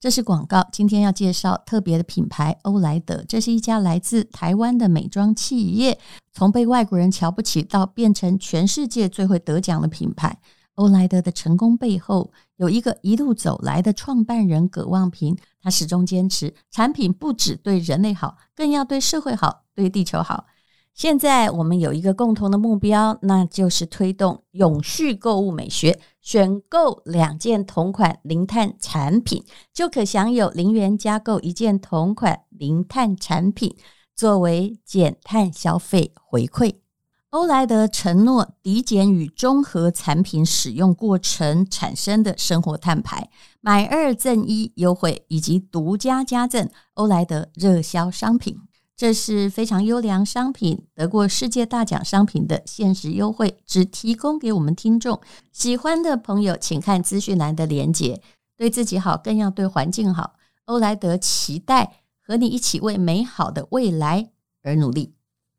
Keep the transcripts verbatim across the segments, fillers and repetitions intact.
这是广告。今天要介绍特别的品牌欧莱德，这是一家来自台湾的美妆企业，从被外国人瞧不起到变成全世界最会得奖的品牌。欧莱德的成功背后有一个一路走来的创办人葛望平，他始终坚持产品不只对人类好，更要对社会好，对地球好。现在我们有一个共同的目标，那就是推动永续购物美学，选购两件同款零碳产品就可享有零元加购一件同款零碳产品，作为减碳消费回馈。欧莱德承诺抵减与中和产品使用过程产生的生活碳排，买二赠一优惠以及独家加赠欧莱德热销商品。这是非常优良商品，得过世界大奖商品的限时优惠，只提供给我们听众。喜欢的朋友请看资讯栏的连结。对自己好，更要对环境好。欧莱德期待和你一起为美好的未来而努力。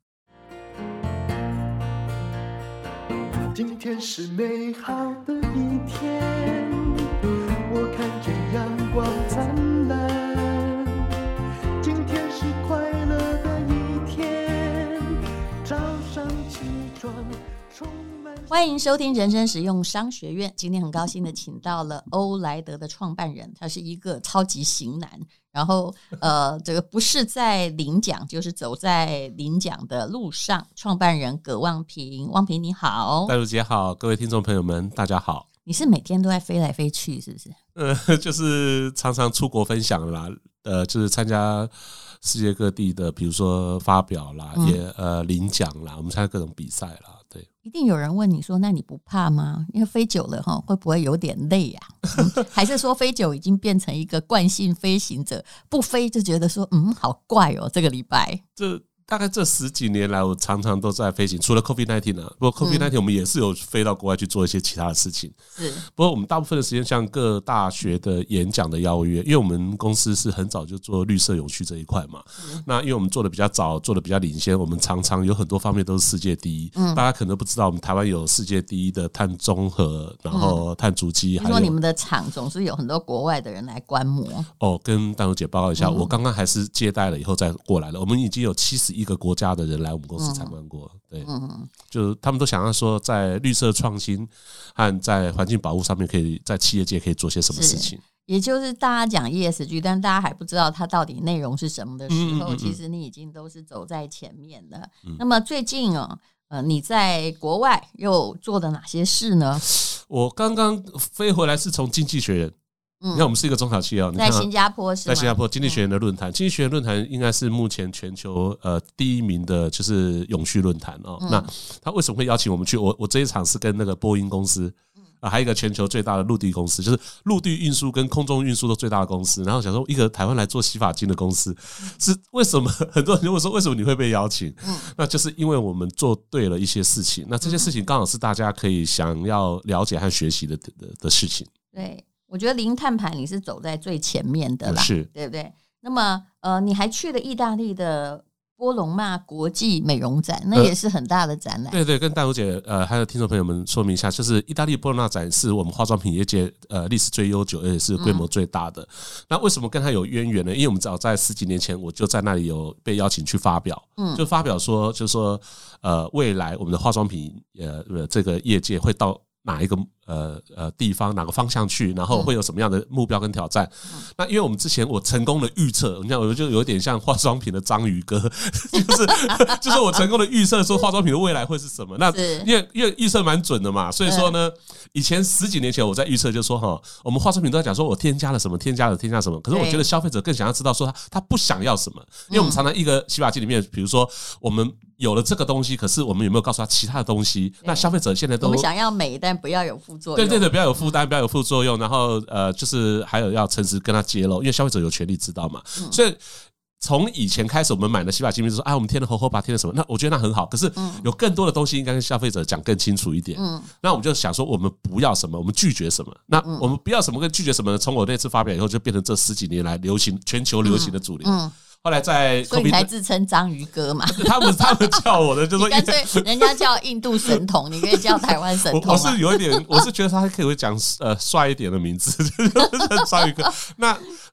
今天是美好的一天，我看见阳光灿烂。今天是快乐的一天，早上起床充满。 欢迎收听人生实用商学院。今天很高兴的请到了欧莱德的创办人，他是一个超级型男，然后呃，这个不是在领奖，就是走在领奖的路上。创办人葛望平，望平你好。 戴茹姐好，各位听众朋友们大家好。 你是每天都在飞来飞去是不是？ 呃，就是常常出国分享啦，呃，就是参加世界各地的，比如说发表啦，嗯、也呃领奖啦，我们参加各种比赛啦。对， 一定有人问你说，那你不怕吗？因为飞久了哈，会不会有点累啊？嗯、还是说飞久已经变成一个惯性飞行者，不飞就觉得说，嗯，好怪哦，这个礼拜。 这大概这十几年来，我常常都在飞行，除了 COVID 十九 啊，不过 COVID 十九 我们也是有飞到国外去做一些其他的事情。 是， 不过我们大部分的时间像各大学的演讲的邀约，因为我们公司是很早就做绿色永续这一块嘛。那因为我们做的比较早，做的比较领先，我们常常有很多方面都是世界第一。嗯、大家可能不知道，我们台湾有世界第一的碳中和，然后碳足迹。 听说你们的厂总是有很多国外的人来观摩。 哦，跟戴茹姐报告一下， 嗯、 我刚刚还是接待了以后再过来了。我们已经有七十一个国家的人来我们公司参观过，对，嗯，就他们都想要说，在绿色创新和在环境保护上面，可以在企业界可以做些什么事情。 也就是大家讲 E S G， 但大家还不知道它到底内容是什么的时候， 嗯嗯嗯、 其实你已经都是走在前面了。嗯、那么最近哦，呃，你在国外又做了哪些事呢？ 我刚刚飞回来是从经济学人。你看，我们是一个中小企业， 在新加坡是吗？ 在新加坡经济学人的论坛，经济学人论坛应该是目前全球呃第一名的，就是永续论坛哦。嗯、那他为什么会邀请我们去？我我这一场是跟那个波音公司。啊，还有一个全球最大的陆地公司，就是陆地运输跟空中运输都最大的公司。然后想说，一个台湾来做洗发精的公司，是为什么？很多人就会说，为什么你会被邀请？嗯，那就是因为我们做对了一些事情。那这些事情刚好是大家可以想要了解和学习的 的, 的, 的事情。 对。我觉得零碳盘你是走在最前面的啦， 是， 对不对？那么呃，你还去了意大利的波隆纳国际美容展，那也是很大的展览。 呃、对对，跟戴茹姐呃还有听众朋友们说明一下，就是意大利波隆纳展是我们化妆品业界呃历史最悠久，而且是规模最大的。嗯、那为什么跟他有渊源呢？因为我们早在十几年前我就在那里有被邀请去发表，嗯，就发表说，就是说呃未来我们的化妆品呃这个业界会到哪一个呃呃地方哪个方向去，然后会有什么样的目标跟挑战？嗯、那因为我们之前我成功的预测，你看我就有点像化妆品的章鱼哥，就是就是我成功的预测说化妆品的未来会是什么。那因为因为预测蛮准的嘛，所以说呢，以前十几年前我在预测就说哈，我们化妆品都在讲说我添加了什么，添加了添加了什么，可是我觉得消费者更想要知道说他他不想要什么，因为我们常常一个洗发精里面，比如说我们有了这个东西，可是我们有没有告诉他其他的东西？那消费者现在都我们想要美，但不要有副作用。 对对对，不要有负担，不要有副作用，然后呃，就是还有要诚实跟他揭露，因为消费者有权利知道嘛。嗯、所以从以前开始，我们买的洗发精就说啊，我们添了猴猴把添了什么？那我觉得那很好，可是有更多的东西应该跟消费者讲更清楚一点。嗯，那我们就想说，我们不要什么，我们拒绝什么。那我们不要什么跟拒绝什么呢？从我那次发表以后，就变成这十几年来流行全球流行的主流。嗯嗯后来在 COVID， 所以你才自称章鱼哥嘛？ 他们他们叫我的，就说干脆人家叫印度神童，你可以叫台湾神童。 我是有一点，我是觉得他可以讲呃帅一点的名字，章鱼哥。那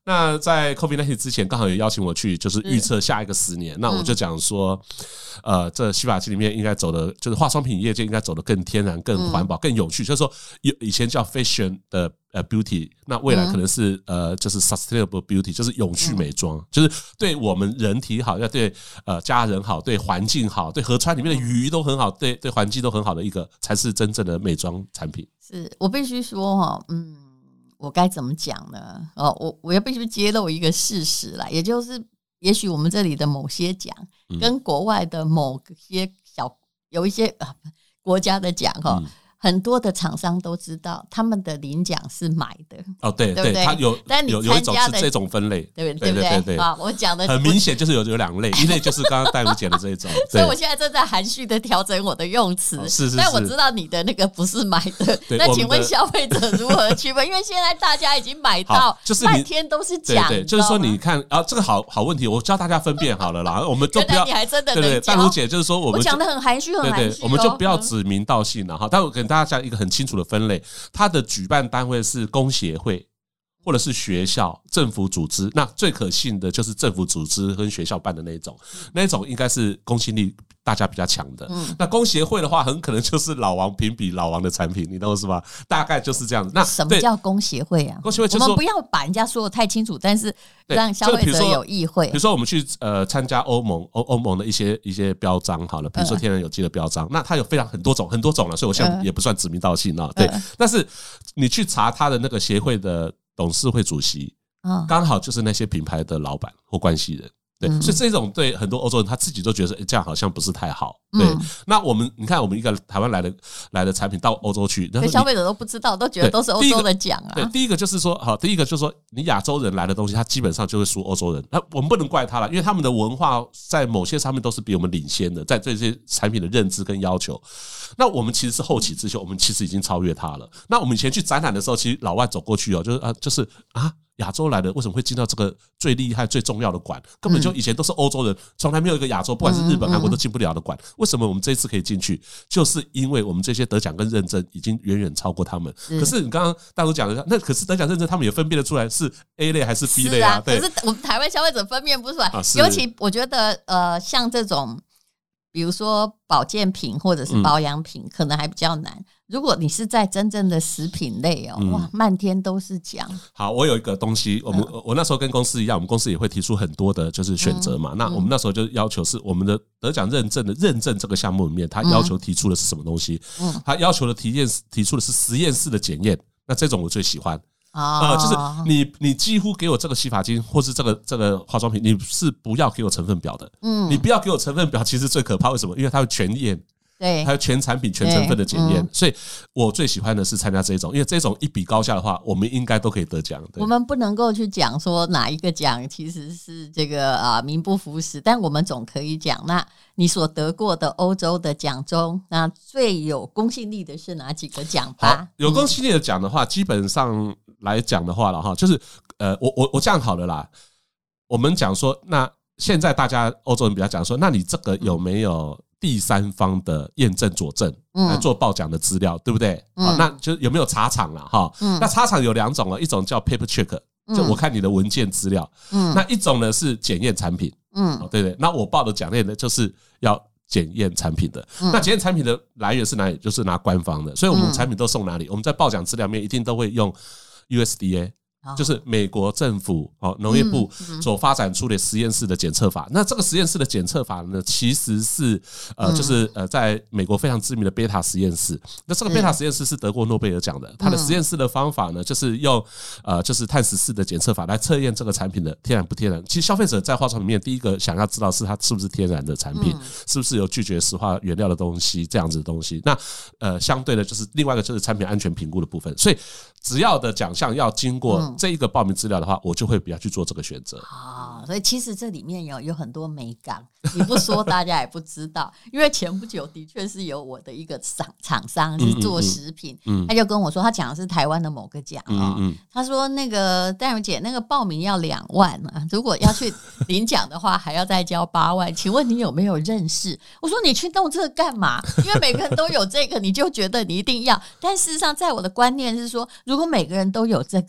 那在 COVID 十九 之前，刚好有邀请我去，就是预测下一个十年。那我就讲说，呃，这洗发精里面应该走的，就是化妆品业界应该走的更天然、更环保、更有趣。就是说，有以前叫 fashion 的呃 beauty， 那未来可能是呃就是 sustainable beauty， 就是永续美妆，就是对我们人体好，要对呃家人好，对环境好，对河川里面的鱼都很好，对对环境都很好的一个，才是真正的美妆产品。 是我必须说哈，嗯。我该怎么讲呢？哦，我我要必须揭露一个事实啦，也就是也许我们这里的某些奖跟国外的某些小有一些、啊、国家的奖哈。嗯，很多的厂商都知道，他们的领奖是买的哦，对对，对，它有，但你有有一种是这种分类， 对不对？对对对啊，我讲的很明显就是有有两类，一类就是刚刚戴茹姐的这一种， 所以我现在正在含蓄的调整我的用词， 哦、是是是， 但我知道你的那个不是买的，那请问消费者如何区分？因为现在大家已经买到，就是半天都是奖， 对对，就是说你看啊，这个好好问题，我教大家分辨好了啦，我们都不要， 你还真的对对，戴茹姐就是说我们我讲的很含蓄，很含蓄、哦， 对对，我们就不要指名道姓了哈，但我跟大家讲一个很清楚的分类，它的举办单位是工协会或者是学校、政府组织，那最可信的就是政府组织跟学校办的那一种，那一种应该是公信力大家比较强的。嗯，那工协会的话，很可能就是老王评比老王的产品，你懂是吧？大概就是这样子。那什么叫工协会啊？ 工协会就是我们不要把人家说的太清楚，但是让消费者有意会。 比如说我们去呃参加欧盟欧欧盟的一些一些标章好了，比如说天然有机的标章，嗯、那它有非常很多种很多种了，所以我现在也不算指名道姓啊。对，嗯、但是你去查它的那个协会的董事会主席，刚好就是那些品牌的老板或关系人。对，所以这种对很多欧洲人他自己都觉得、欸、这样好像不是太好。对，嗯、那我们你看，我们一个台湾来的来的产品到欧洲去，然后消费者都不知道，都觉得都是欧洲的奖啊。 对，第一个就是说，好，第一个就是说，你亚洲人来的东西，他基本上就会输欧洲人。那我们不能怪他了，因为他们的文化在某些上面都是比我们领先的，在这些产品的认知跟要求。那我们其实是后起之秀，我们其实已经超越他了。那我们以前去展览的时候，其实老外走过去哦，就是啊，就是啊。亚洲来的为什么会进到这个最厉害最重要的馆？根本就以前都是欧洲人，从来没有一个亚洲，不管是日本、韩国都进不了的馆。为什么我们这一次可以进去？就是因为我们这些得奖跟认证已经远远超过他们。可是你刚刚大陆讲的，那可是得奖认证，他们也分辨得出来是 A 类还是 B 类啊？对， 可是我们台湾消费者分辨不出来。尤其我觉得，呃，像这种。比如说保健品或者是保养品，可能还比较难。如果你是在真正的食品类哦，哇，漫天都是奖。 好，我有一个东西，我们我那时候跟公司一样，我们公司也会提出很多的就是选择嘛。那我们那时候就要求是我们的得奖认证的认证这个项目里面，他要求提出的是什么东西？他要求的提验提出的是实验室的检验。那这种我最喜欢。啊、呃，就是你，你几乎给我这个洗发精，或是这个这个化妆品，你是不要给我成分表的。嗯，你不要给我成分表，其实最可怕。为什么？因为它会全验，对，还有全产品、全成分的检验。嗯、所以我最喜欢的是参加这种，因为这种一比高下的话，我们应该都可以得奖。 我们不能够去讲说哪一个奖其实是这个啊名不符实，但我们总可以讲，那你所得过的欧洲的奖中，那最有公信力的是哪几个奖吧？ 有公信力的奖的话，嗯、基本上。来讲的话了哈，就是呃，我我我这样好了啦。我们讲说，那现在大家欧洲人比较讲说，那你这个有没有第三方的验证佐证来做报奖的资料，对不对？嗯，那就有没有查厂了哈？嗯，那查厂有两种了，一种叫 paper check， 就我看你的文件资料。嗯，那一种呢是检验产品。嗯，对不对？那我报的奖类呢，就是要检验产品的。嗯、那检验产品的来源是哪里？就是拿官方的，所以我们产品都送哪里？我们在报奖资料里面一定都会用。U S D A 就是美国政府哦农业部所发展出的实验室的检测法。那这个实验室的检测法呢，其实是呃就是呃在美国非常知名的贝塔实验室。那这个贝塔实验室是得过诺贝尔奖的，它的实验室的方法呢，就是用呃就是碳十四的检测法来测验这个产品的天然不天然。其实消费者在化妆里面第一个想要知道是它是不是天然的产品，是不是有拒绝石化原料的东西这样子的东西。那呃相对的就是另外一个就是产品安全评估的部分。所以只要的奖项要经过这一个报名资料的话，我就会比较去做这个选择。 啊，所以其实这里面有有很多美感，你不说大家也不知道。因为前不久的确是有我的一个厂厂商是做食品，嗯嗯嗯、他就跟我说，他讲的是台湾的某个奖哦，嗯嗯、他说那个戴茹姐那个报名要两万啊，如果要去领奖的话还要再交八万，请问你有没有认识？我说你去弄这个干嘛？因为每个人都有这个，你就觉得你一定要。但事实上，在我的观念是说，如果每个人都有这个。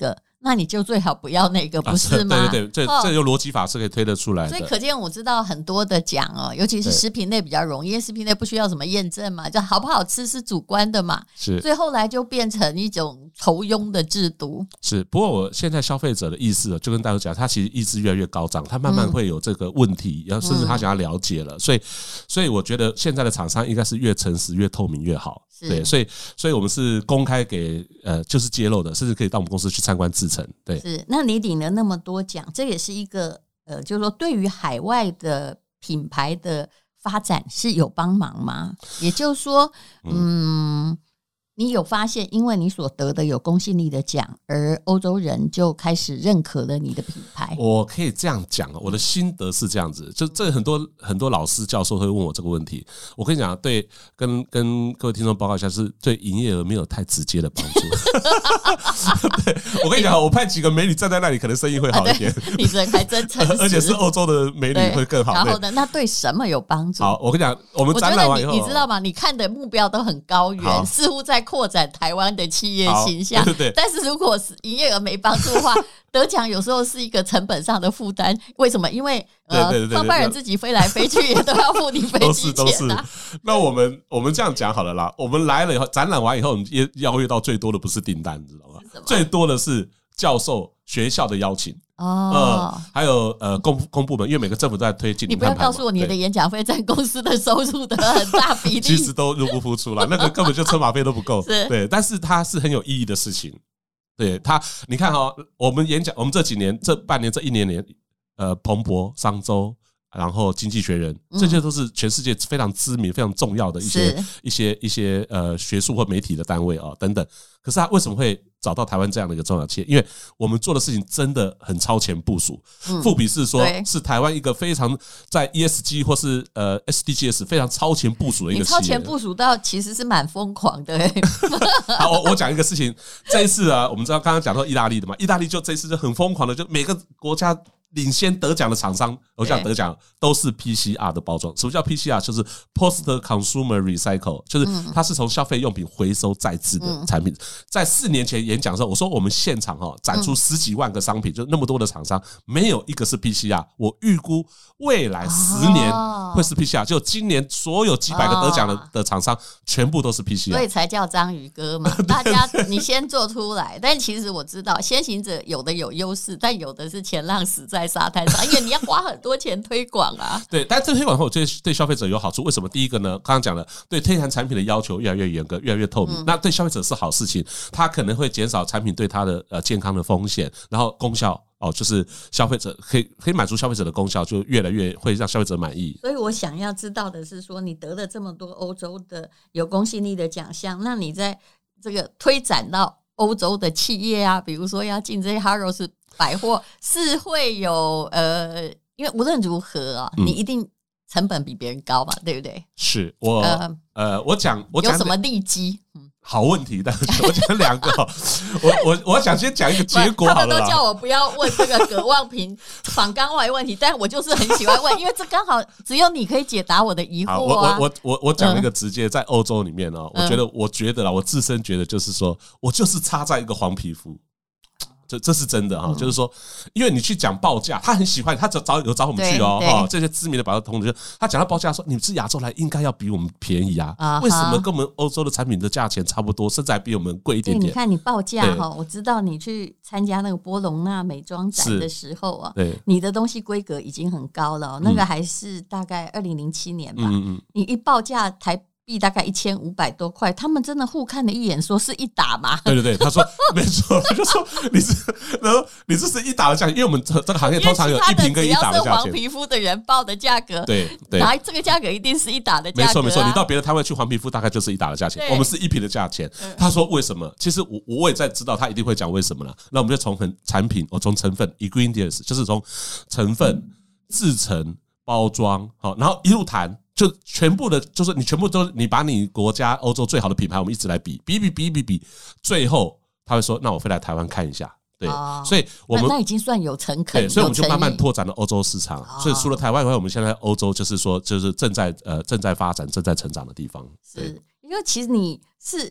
那你就最好不要那个，不是吗？ 啊、对对对，这、哦、这有逻辑法是可以推得出来的。 所以可见我知道很多的奖哦，尤其是食品类比较容易，因为食品类不需要什么验证嘛，就好不好吃是主观的嘛。 是， 所以后来就变成一种酬庸的制度。 是，不过我现在消费者的意识就跟大家讲，他其实意识越来越高涨，他慢慢会有这个问题，然后、嗯、甚至他想要了解了。所以，所以我觉得现在的厂商应该是越诚实、越透明越好。对，所以，所以我们是公开给呃，就是揭露的，甚至可以到我们公司去参观制程。对， 是。那你领了那么多奖，这也是一个呃，就是说对于海外的品牌的发展是有帮忙吗？也就是说，嗯。嗯你有发现，因为你所得的有公信力的奖，而欧洲人就开始认可了你的品牌？ 我可以这样讲，我的心得是这样子，就这很多很多老师教授会问我这个问题。我跟你讲，对，跟跟各位听众报告一下，是对营业额没有太直接的帮助。对，我跟你讲，我派几个美女站在那里，可能生意会好一点。 啊、你人还真诚实， 而且是欧洲的美女会更好。 然后呢，那对什么有帮助？ 好，我跟你讲，我们展览完以后， 你, 你知道吗？你看的目标都很高远，似乎在扩展台湾的企业形象， 对对对， 但是如果是营业额没帮助的话，得奖有时候是一个成本上的负担。为什么？因为呃，创办人自己飞来飞去也都要付你飞机钱啊。 那我们我们这样讲好了啦，我们来了以后，展览完以后，我们邀约到最多的不是订单，你知道吗？最多的是教授、学校的邀请。哦、呃，还有呃公公部门，因为每个政府都在推进。 你不要告诉我你的演讲费占公司的收入的很大比例， 其实都入不敷出了，那个根本就车马费都不够。对，但是它是很有意义的事情。对它，你看哈、哦，我们演讲，我们这几年、这半年、这一年年，呃，彭博、商周，然后经济学人，这些都是全世界非常知名、非常重要的一些、一些、一些呃学术或媒体的单位啊、哦、等等。可是他为什么会找到台湾这样的一个重要企业？因为我们做的事情真的很超前部署。嗯、富比士说是台湾一个非常在 E S G 或是呃 S D Gs 非常超前部署的一个企业。 你超前部署到其实是蛮疯狂的、欸。 好，我我讲一个事情，这一次啊，我们知道刚刚讲到意大利的嘛，意大利就这一次就很疯狂的，就每个国家领先得奖的厂商，我讲得奖都是 P C R 的包装。什么叫 P C R？ 就是 Post Consumer Recycle， 就是它是从消费用品回收再制的产品。在四年前演讲的时候，我说我们现场哈展出十几万个商品，就那么多的厂商，没有一个是 P C R。我预估未来十年会是 P C R， 就今年所有几百个得奖的的厂商全部都是 P C R， 所以才叫章鱼哥嘛。大家你先做出来，但其实我知道先行者有的有优势，但有的是前浪死在沙滩上，因为你要花很多钱推广啊。 对，但这推广后对对消费者有好处。为什么？第一个呢，刚刚讲了，对天然产品的要求越来越严格，越来越透明，嗯、那对消费者是好事情。它可能会减少产品对它的呃健康的风险，然后功效哦，就是消费者可以可以满足消费者的功效，就越来越会让消费者满意。 所以我想要知道的是说，你得了这么多欧洲的有公信力的奖项，那你在这个推展到欧洲的企业啊，比如说要进这些 Harrods 百货，是会有呃，因为无论如何啊，你一定成本比别人高嘛，对不对？ 是我呃呃，我讲我讲有什么利基？嗯。 好问题，但是我讲两个，我我我想先讲一个结果好了啦。 他们都叫我不要问这个葛望平访纲外问题，但我就是很喜欢问，因为这刚好只有你可以解答我的疑惑啊。 我我我我讲一个直接，在欧洲里面呢、哦，我觉得我觉得啦，我自身觉得就是说我就是差在一个黄皮肤。这这是真的哈，嗯、就是说，因为你去讲报价，他很喜欢，他找有找我们去哦，哈，这些知名的百货通路，他讲到报价说，你们是亚洲来，应该要比我们便宜啊，啊为什么跟我们欧洲的产品的价钱差不多，甚至还比我们贵一点点？ 你看你报价哈，我知道你去参加那个波隆纳美妆展的时候啊，对，你的东西规格已经很高了、哦，那个还是大概二零零七年吧，嗯嗯，你一报价台币大概一千五百多块，他们真的互看了一眼，说是一打嘛？ 对对对，他说没错，他就说你是，然后你这是一打的价钱，因为我们这个行业通常有一瓶跟一打的价钱。只要是黄皮肤的人报的价格， 对对， 然后这个价格一定是一打的价格、啊。 没错没错，你到别的摊位去黄皮肤大概就是一打的价钱，我们是一瓶的价钱。他说为什么？其实我我也在知道他一定会讲为什么了。那我们就从很产品，我从成分 ingredients， 就是从成分、制成、包装，好，然后一路谈。就全部的，就是你全部都，你把你国家欧洲最好的品牌，我们一直来比，比比比比比，最后他会说，那我飞来台湾看一下，对，哦、所以我们那, 那已经算有诚恳， 对，所以我们就慢慢拓展了欧洲市场。哦、所以除了台湾以外，我们现在欧洲就是说，就是正在呃正在发展、正在成长的地方。 是因为其实你是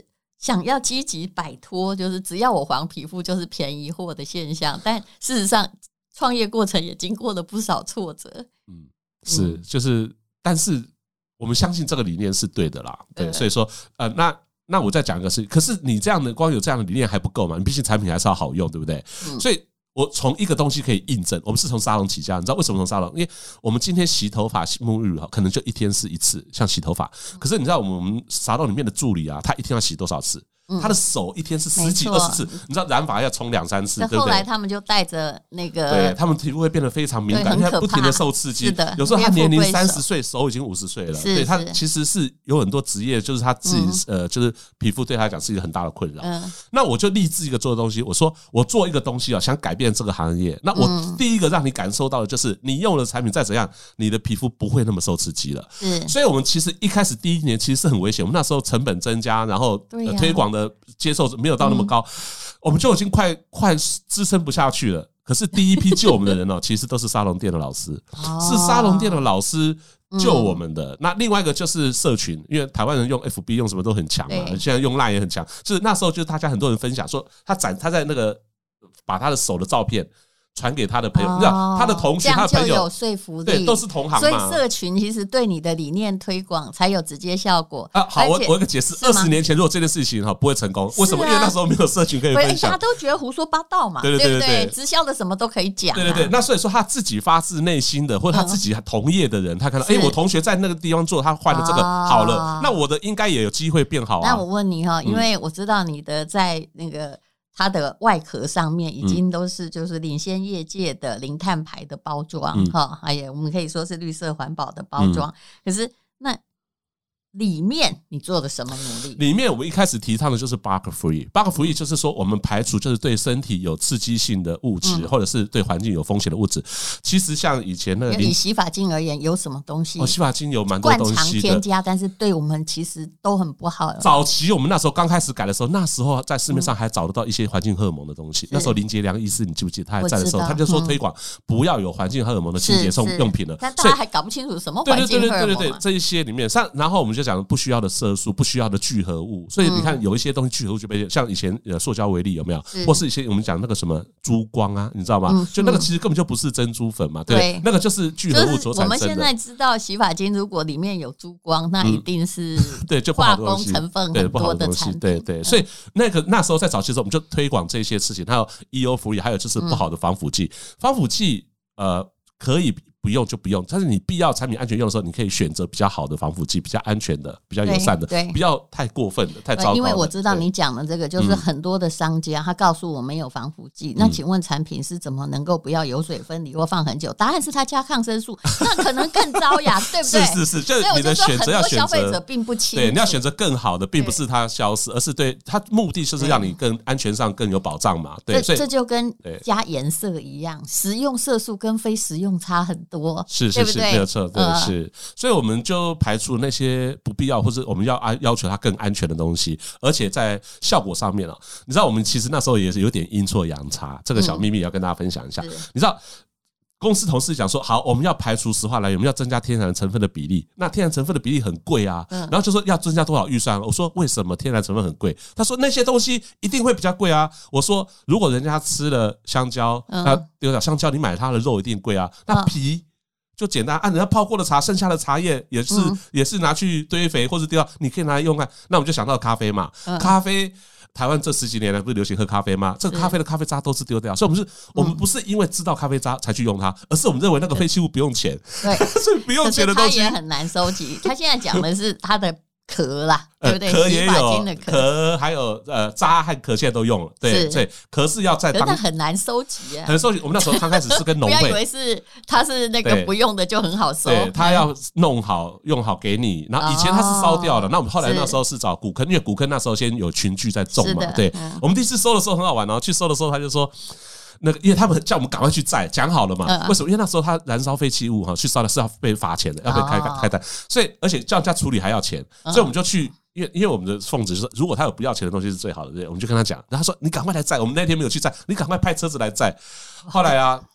想要积极摆脱，就是只要我黄皮肤就是便宜货的现象，但事实上创业过程也经过了不少挫折。 嗯，是，就是，但是我们相信这个理念是对的啦，对，对所以说，呃，那那我再讲一个事，可是你这样的光有这样的理念还不够嘛？你毕竟产品还是要好用，对不对？嗯、所以。我从一个东西可以印证，我们是从沙龙起家，你知道为什么从沙龙？因为我们今天洗头发、洗沐浴乳可能就一天是一次，像洗头发。可是你知道我们沙龙里面的助理啊，他一天要洗多少次？他的手一天是十几二十次，你知道染发要冲两三次，对不对？ 后来他们就带着那个， 对他们皮肤会变得非常敏感，因为不停的受刺激。有时候他年龄三十岁，手已经五十岁了。对他其实是有很多职业，就是他自己、嗯、呃，就是皮肤对他来讲是一个很大的困扰。嗯、那我就立志一个做的东西，我说我做一个东西啊，想改变这个行业。那我第一个让你感受到的就是，你用的产品再怎样，你的皮肤不会那么受刺激了。嗯，所以我们其实一开始第一年其实是很危险，我们那时候成本增加，然后、呃、推广的接受没有到那么高，嗯、我们就已经快快支撑不下去了。可是第一批救我们的人哦，其实都是沙龙店的老师，哦、是沙龙店的老师救我们的。嗯、那另外一个就是社群，因为台湾人用 F B 用什么都很强嘛，现在用 Line 也很强。就是那时候就是大家很多人分享说，他展他在那个把他的手的照片。传给他的朋友，哦、他的同学、他的朋友， 这样就有说服力， 对，都是同行嘛。 所以社群其实对你的理念推广才有直接效果啊。好，我我有个解释，二十年前如果这件事情哈不会成功，为什么？啊、因为那时候没有社群可以分享， 大家都觉得胡说八道嘛，对对 对, 对, 对, 对，直销的什么都可以讲、啊， 对对对。那所以说他自己发自内心的，或者他自己同业的人，嗯、他看到，哎、欸，我同学在那个地方做，他换了这个、哦、好了，那我的应该也有机会变好啊。 那我问你哈，因为我知道你的在那个。它的外壳上面已经都是就是领先业界的零碳排的包装哈，还有、嗯、我们可以说是绿色环保的包装。嗯、可是那里面你做了什么努力？ 里面我们一开始提倡的就是 bug free，bug free 就是说我们排除就是对身体有刺激性的物质，嗯、或者是对环境有风险的物质。其实像以前那个以洗发精而言，有什么东西？ 哦，洗发精有蛮多东西的， 惯常添加，但是对我们其实都很不好。 早期我们那时候刚开始改的时候，那时候在市面上还找得到一些环境荷尔蒙的东西。嗯、那时候林杰良医师，你记不记得他还在的时候，他就说推广不要有环境荷尔蒙的清洁用品了。 但大家还搞不清楚什么环境荷尔蒙、啊。对对对对对对， 这一些里面，上然后我们就讲不需要的色素，不需要的聚合物，所以你看有一些东西聚合物就被像以前呃塑胶为例有没有？或是一些我们讲那个什么珠光啊，你知道吗？嗯、就那个其实根本就不是珍珠粉嘛，对，对那个就是聚合物所产生的。 我们现在知道洗发精如果里面有珠光，那一定是对就化工成分很多的产品， 对对，所以那个那时候在早期的时候，我们就推广这些事情，还有 E O free， 还有就是不好的防腐剂，防腐剂呃可以。不用就不用，但是你必要产品安全用的时候，你可以选择比较好的防腐剂，比较安全的，比较友善的，不要太过分的，太糟糕的。 因为我知道你讲的这个，就是很多的商家、嗯、他告诉我没有防腐剂，嗯、那请问产品是怎么能够不要油水分离或放很久？答案是他加抗生素，那可能更糟呀，对不对？ 是是是，就是你的选择要选择， 消费者并不清楚， 对，你要选择更好的，并不是它消失，而是对它目的就是让你更安全上更有保障嘛。对， 这这就跟加颜色一样，食用色素跟非食用差很多， 是是是。是没有错，对，呃、是，所以我们就排除那些不必要或者我们要要求它更安全的东西，而且在效果上面啊，你知道我们其实那时候也是有点阴错阳差，这个小秘密也要跟大家分享一下。嗯、你知道公司同事讲说，好，我们要排除石化来源，我们要增加天然成分的比例，那天然成分的比例很贵啊，嗯、然后就说要增加多少预算？我说为什么天然成分很贵？他说那些东西一定会比较贵啊。我说如果人家吃了香蕉，嗯、那丢掉香蕉，你买它的肉一定贵啊，那皮。就简单，按人家泡过的茶，剩下的茶叶也是、嗯、也是拿去堆肥或者丢掉，你可以拿来用啊。那我们就想到咖啡嘛，嗯、咖啡台湾这十几年来不是流行喝咖啡吗？这个咖啡的咖啡渣都是丢掉，所以我们是，我们不是因为知道咖啡渣才去用它，而是我们认为那个废弃物不用钱， 对， 所以不用钱的东西它也很难收集。他现在讲的是它的。壳啦，对不对？ 壳也有壳，还有呃渣和壳，现在都用了。对，所以壳是要在当， 可是很难收集啊。 很收集。我们那时候刚开始是跟农会， 不要以为是它是那个不用的就很好收， 对，他要弄好用好给你。然后以前它是烧掉的，那我们后来那时候是找古坑，因为古坑那时候先有群聚在种嘛。对，我们第一次收的时候很好玩，然后去收的时候他就说。那个，因为他们叫我们赶快去载，讲好了嘛？嗯、为什么？因为那时候他燃烧废弃物哈，去烧的是要被罚钱的，要被开开单，所以而且叫人家处理还要钱，所以我们就去，因为因为我们的奉旨就是，如果他有不要钱的东西是最好的，对，我们就跟他讲，然后他说你赶快来载，我们那天没有去载，你赶快派车子来载。后来啊，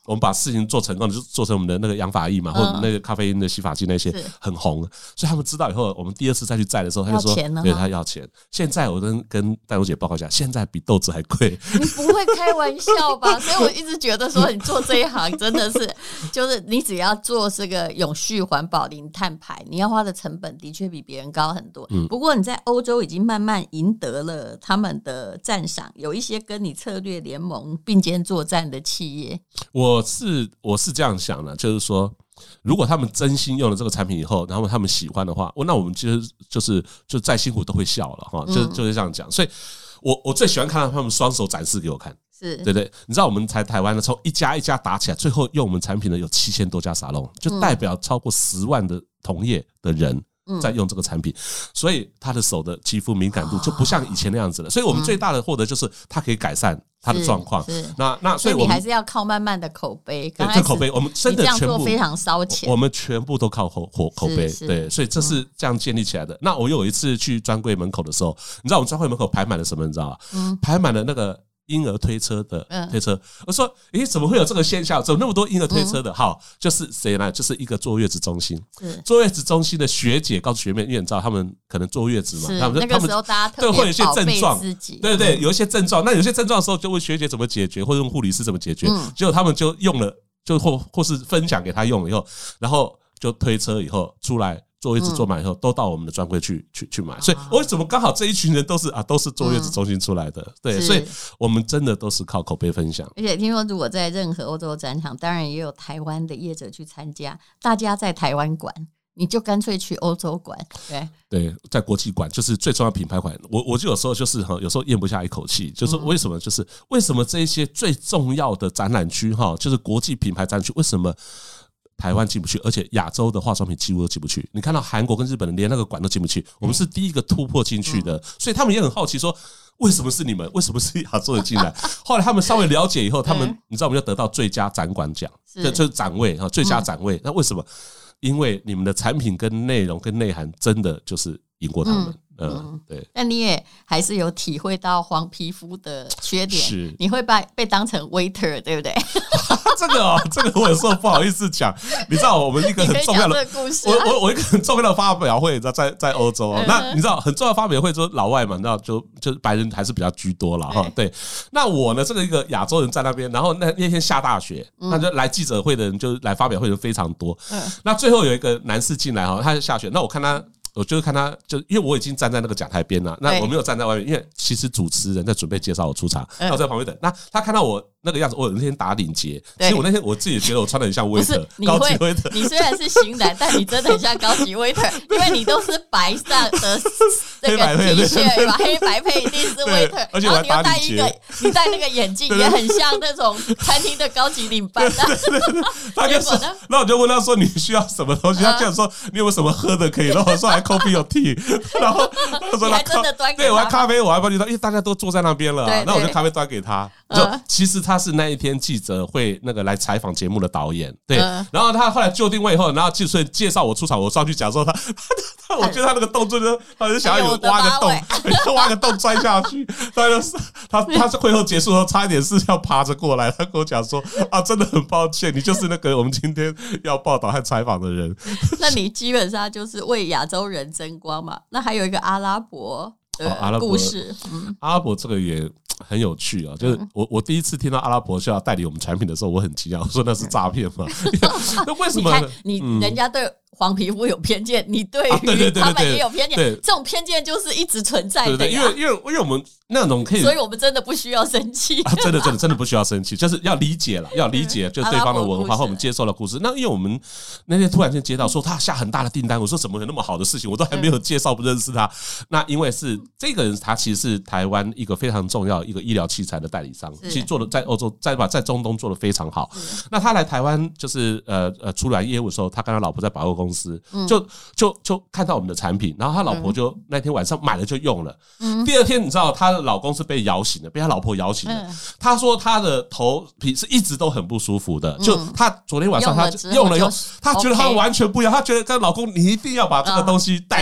我们把事情做成功，就做成我们的那个养发液嘛，或者那个咖啡因的洗发精那些很红，所以他们知道以后，我们第二次再去载的时候，他就说，对他要钱。现在我跟跟戴茹姐报告一下，现在比豆子还贵。 你不会开玩笑吧？所以我一直觉得说，你做这一行真的是，就是你只要做这个永续环保零碳排，你要花的成本的确比别人高很多。嗯、不过你在欧洲已经慢慢赢得了他们的赞赏，有一些跟你策略联盟并肩作战的企业。 我是我是这样想的，就是说，如果他们真心用了这个产品以后，然后他们喜欢的话，那我们就是就是就再辛苦都会笑了哈，就就是这样讲。所以我我最喜欢看到他们双手展示给我看， 是对对。你知道我们在台湾呢，从一家一家打起来，最后用我们产品的有七千多家沙龙，就代表超过十万的同业的人。在用这个产品，所以他的手的肌肤敏感度就不像以前那样子了。所以我们最大的获得就是它可以改善他的状况。那那所以我们你还是要靠慢慢的口碑。 对，这口碑我们真的全部非常烧钱， 我们全部都靠口口口碑。对，所以这是这样建立起来的。嗯、那我有一次去专柜门口的时候，你知道我们专柜门口排满了什么？你知道吗？嗯、排满了那个。婴儿推车的推车，我说，诶，怎么会有这个现象？怎么那么多婴儿推车的？好，就是谁呢？就是一个坐月子中心，坐月子中心的学姐告诉学妹，因为你知道他们可能坐月子嘛，他们那个时候大家特别会有一些症状，对对，有一些症状。那有些症状的时候，就问学姐怎么解决，或者用护理师怎么解决。结果他们就用了，就或或是分享给他用以后，然后就推车以后出来。坐月子坐满以后，都到我们的专柜去去去买，所以为什么刚好这一群人都是啊，都是坐月子中心出来的？对，所以我们真的都是靠口碑分享。 而且听说，如果在任何欧洲展场，当然也有台湾的业者去参加，大家在台湾馆，你就干脆去欧洲馆。对对，在国际馆就是最重要的品牌馆。我我就有时候就是哈，有时候咽不下一口气，就是为什么？就是为什么这一些最重要的展览区哈，就是国际品牌展览区，为什么？台湾进不去，而且亚洲的化妆品几乎都进不去。你看到韩国跟日本连那个馆都进不去，我们是第一个突破进去的，所以他们也很好奇说，为什么是你们？为什么是亚洲人进来？后来他们稍微了解以后，他们你知道我们就得到最佳展馆奖，这就是展位啊，最佳展位。那为什么？因为你们的产品跟内容跟内涵真的就是赢过他们。嗯，对。 但你也还是有体会到黄皮肤的缺点， 是你会被被当成 waiter， 对不对？ 这个哦，这个我有时候不好意思讲。你知道，我们一个很重要的故事、 啊，我我我一个很重要的发表会，在在在欧洲哦。那你知道，很重要的发表会，就是老外嘛，你知道，就就是白人还是比较居多了哈。对，那我呢，这个一个亚洲人在那边，然后那那天下大雪，那就来记者会的人，就来发表会的人非常多。嗯，那最后有一个男士进来哈，他就下雪，那我看他。我就是看他，就因为我已经站在那个讲台边了，那我没有站在外面，因为其实主持人在准备介绍我出场，那我在旁边等。那他看到我那个样子，我那天打领结，其实我那天我自己也觉得我穿得很像 waiter， 高级 waiter。 你虽然是型男，但你真的很像高级 waiter， 因为你都是白上的这个 T 恤吧，黑白配一定是 waiter， 而且我还打领结， 然后你又戴一个，你戴那个眼镜也很像那种餐厅的高级领班。 他就说，那我就问他说你需要什么东西？他这样说，你有没有什么喝的可以？然后我说还 coffee 有 tea。然后他说他真的端给他， 对我还咖啡，我还帮你端，因为大家都坐在那边了、啊，那我就咖啡端给他。就其实他是那一天记者会那个来采访节目的导演，对。然后他后来就定位以后，然后就介绍我出场，我上去讲说他他他，我觉得他那个动作就他就想要有挖个洞，挖个洞钻下去。他就是他他是会后结束的时候，差一点是要爬着过来，他跟我讲说啊，真的很抱歉，你就是那个我们今天要报道和采访的人。 那你基本上就是为亚洲人争光嘛？那还有一个阿拉伯的故事， 哦、阿, 拉伯阿拉伯这个也很有趣啊！就是我我第一次听到阿拉伯需要代理我们产品的时候，我很惊讶，我说那是诈骗吗？那为什么？ 你看你人家对黄皮肤有偏见，你对于他们也有偏见，这种偏见就是一直存在的、啊。 对对，因为因为因为我们那种可以， 所以我们真的不需要生气、 啊，真的真的真的不需要生气，就是要理解了，要理解就是对方的文化和我们接受的故事。那因为我们那天突然间接到说他下很大的订单，我说怎么有那么好的事情，我都还没有介绍不认识他。那因为是这个人，他其实是台湾一个非常重要一个医疗器材的代理商，其实做的在欧洲在把在中东做的非常好。那他来台湾就是呃呃出来业务的时候，他跟他老婆在百货公司就。就就看到我们的产品，然后他老婆就那天晚上买了就用了。嗯、第二天你知道她的老公是被摇醒的，被他老婆摇醒的。嗯、他说他的头皮是一直都很不舒服的，嗯、就他昨天晚上他用了以后，他觉得他完全不一样，他觉得跟老公你一定要把这个东西代理，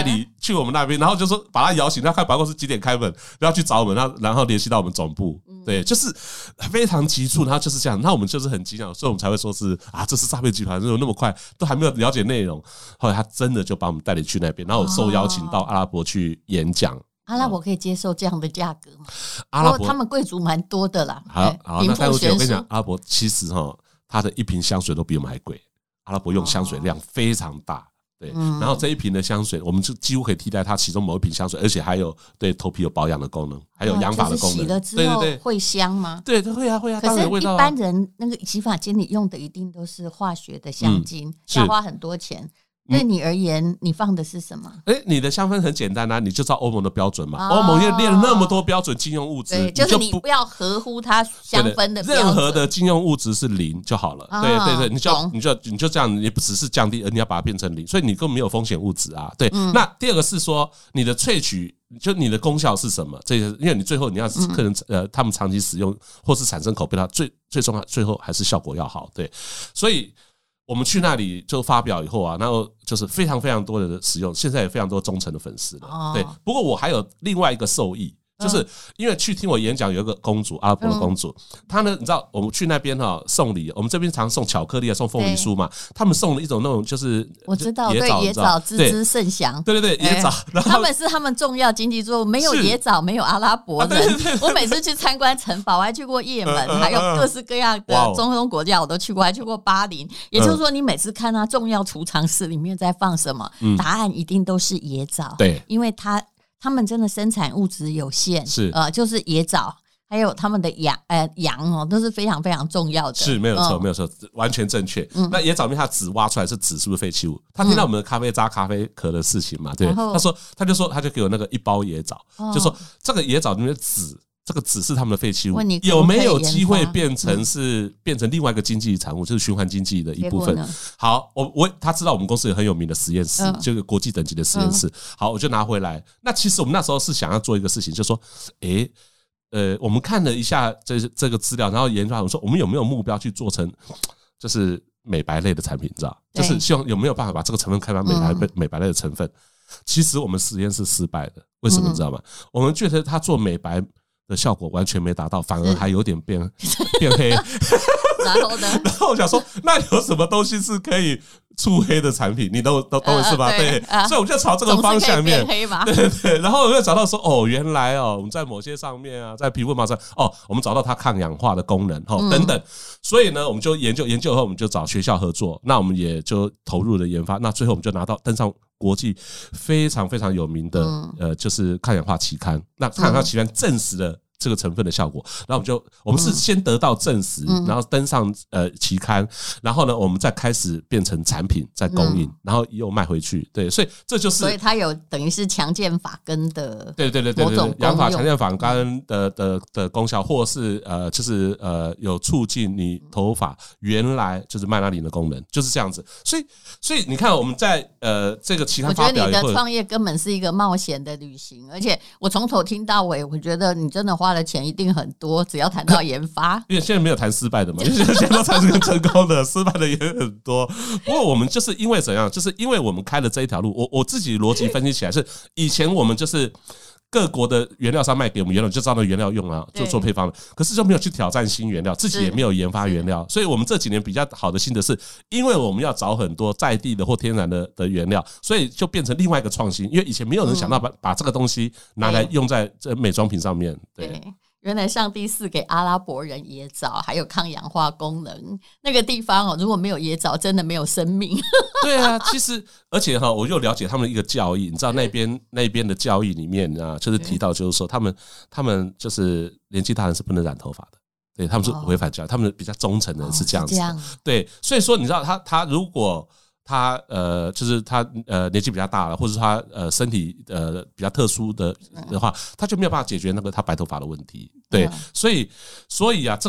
去我们那边，然后就说把他摇醒，他看百货公司几点开门，然后去找我们，然后然后联系到我们总部，对，就是非常急促，然后就是这样，那我们就是很惊讶，所以我们才会说是啊，这是诈骗集团，怎么那么快都还没有了解内容，后来他真的就把我们带领去那边，然后我受邀请到阿拉伯去演讲。 阿拉伯可以接受这样的价格吗？ 阿拉伯他们贵族蛮多的啦。 好，好，那但我跟你讲，阿拉伯其实哈，它的一瓶香水都比我们还贵。阿拉伯用香水量非常大，对，然后这一瓶的香水，我们就几乎可以替代它其中某一瓶香水，而且还有对头皮有保养的功能，还有养发的功能。 洗了之后会香吗？ 对对，会啊会啊。 可是，一般人那个洗发精里用的一定都是化学的香精，要花很多钱。对你而言，你放的是什么？ 哎，你的香氛很简单啊，你就照欧盟的标准嘛。欧盟也列了那么多标准禁用物质， 对，就是你不要合乎它香氛的标准， 任何的禁用物质是零就好了。对对对，你就你就你就这样，你不只是降低，而你要把它变成零，所以你根本没有风险物质啊。对，那第二个是说你的萃取，就你的功效是什么？这些，因为你最后你要客人呃，他们长期使用或是产生口碑，它最最重要，最后还是效果要好。对，所以。我们去那里就发表以后啊，然后就是非常非常多的使用，现在有非常多忠诚的粉丝了。对，不过我还有另外一个受益，就是因为去听我演讲有一个公主，阿拉伯的公主，她呢，你知道我们去那边哈送礼，我们这边常送巧克力啊，送凤梨酥嘛，他们送了一种那种就是我知道，对野枣滋滋甚香， 对对对，野枣， 他们是他们重要经济作物，没有野枣没有阿拉伯人。我每次去参观城堡，我还去过也门，还有各式各样的中东国家我都去过，还去过巴林。也就是说，你每次看它重要储藏室里面在放什么，答案一定都是野枣， 对， 因为它。他们真的生产物质有限， 是呃，就是野枣，还有他们的羊，呃，羊哦，都是非常非常重要的。 是没有错，没有错，完全正确。那野枣面它籽挖出来是籽，是不是废弃物？他听到我们的咖啡渣、咖啡壳的事情嘛？对，他说，他就说，他就给我那个一包野枣，就说这个野枣里面的籽。这个只是他们的废弃物，有没有机会变成是变成另外一个经济产物，就是循环经济的一部分？好，我我他知道我们公司有很有名的实验室，就是国际等级的实验室。好，我就拿回来。那其实我们那时候是想要做一个事情，就是说，诶，呃，我们看了一下这这个资料，然后研究，我说我们有没有目标去做成，就是美白类的产品，你知道？就是希望有没有办法把这个成分开发美白美白类的成分。其实我们实验是失败的，为什么你知道吗？我们觉得他做美白的效果完全没达到，反而还有点变变黑。 然后呢？ 然后我想说，那有什么东西是可以触黑的产品？你都都懂是吧？对，所以我就朝这个方向面，对对对。然后我就找到说，哦，原来哦，我们在某些上面啊，在皮肤毛上，哦，我们找到它抗氧化的功能，哦，等等。所以呢，我们就研究研究后，我们就找学校合作，那我们也就投入了研发。那最后我们就拿到登上国际非常非常有名的呃，就是抗氧化期刊。那抗氧化期刊证实了这个成分的效果，然后我们就我们是先得到证实，然后登上呃期刊，然后呢，我们再开始变成产品再供应，然后又卖回去。对，所以这就是， 所以它有等于是强健发根的， 对对对对对，养发强健发根的的的功效，或是呃就是呃有促进你头发原来就是麦拉林的功能，就是这样子。所以所以你看我们在呃这个期刊发表以后， 我觉得你的创业根本是一个冒险的旅行，而且我从头听到尾，我觉得你真的花的钱一定很多，只要谈到研发， 因为现在没有谈失败的嘛，因为现在都谈成功的，失败的也很多。不过我们就是因为怎样，就是因为我们开了这一条路，我我自己逻辑分析起来是，以前我们就是各国的原料商卖给我们原料，就照那原料用啊，就做配方了。可是就没有去挑战新原料，自己也没有研发原料，所以我们这几年比较好的心得是，因为我们要找很多在地的或天然的的原料，所以就变成另外一个创新。因为以前没有人想到把把这个东西拿来用在这美妆品上面，对。 对，原来上帝赐给阿拉伯人野枣，还有抗氧化功能。那个地方哦，如果没有野枣，真的没有生命。 对啊，其实而且哈，我又了解他们的一个教义，你知道那边那边的教义里面啊，就是提到就是说，他们他们就是年纪大人是不能染头发的。对，他们是违反教义，他们比较忠诚的人是这样子的。对，所以说你知道他他如果。他呃，就是他呃年纪比较大了，或者是他呃身体呃比较特殊的的话，他就没有办法解决那个他白头发的问题。对，所以所以啊，这个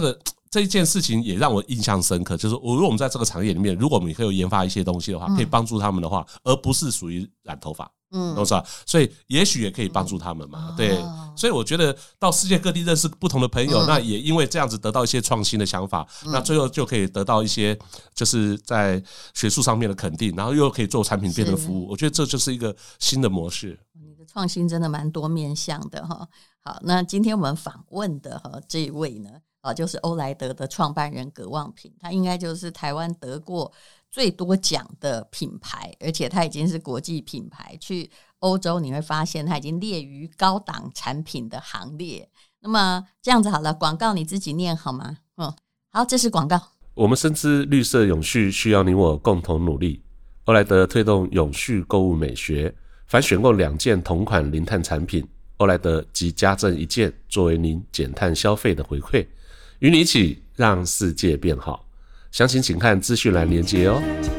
这一件事情也让我印象深刻，就是如果我们在这个产业里面，如果我们可以研发一些东西的话，可以帮助他们的话，而不是属于染头发。嗯，懂吧？所以也许也可以帮助他们嘛，嗯、对。所以我觉得到世界各地认识不同的朋友，嗯、那也因为这样子得到一些创新的想法，嗯、那最后就可以得到一些就是在学术上面的肯定，然后又可以做产品变成服务。我觉得这就是一个新的模式。 你的创新真的蛮多面向的哈。好，那今天我们访问的哈这一位呢，啊，就是欧莱德的创办人葛望平，他应该就是台湾得过最多奖的品牌，而且它已经是国际品牌，去欧洲你会发现它已经列于高档产品的行列。那么这样子好了，广告你自己念好吗？嗯，好，这是广告。 我们深知绿色永续需要你我共同努力。欧莱德推动永续购物美学，凡选购两件同款零碳产品，欧莱德即加赠一件作为您减碳消费的回馈，与你一起让世界变好。详情请看资讯栏连结哦。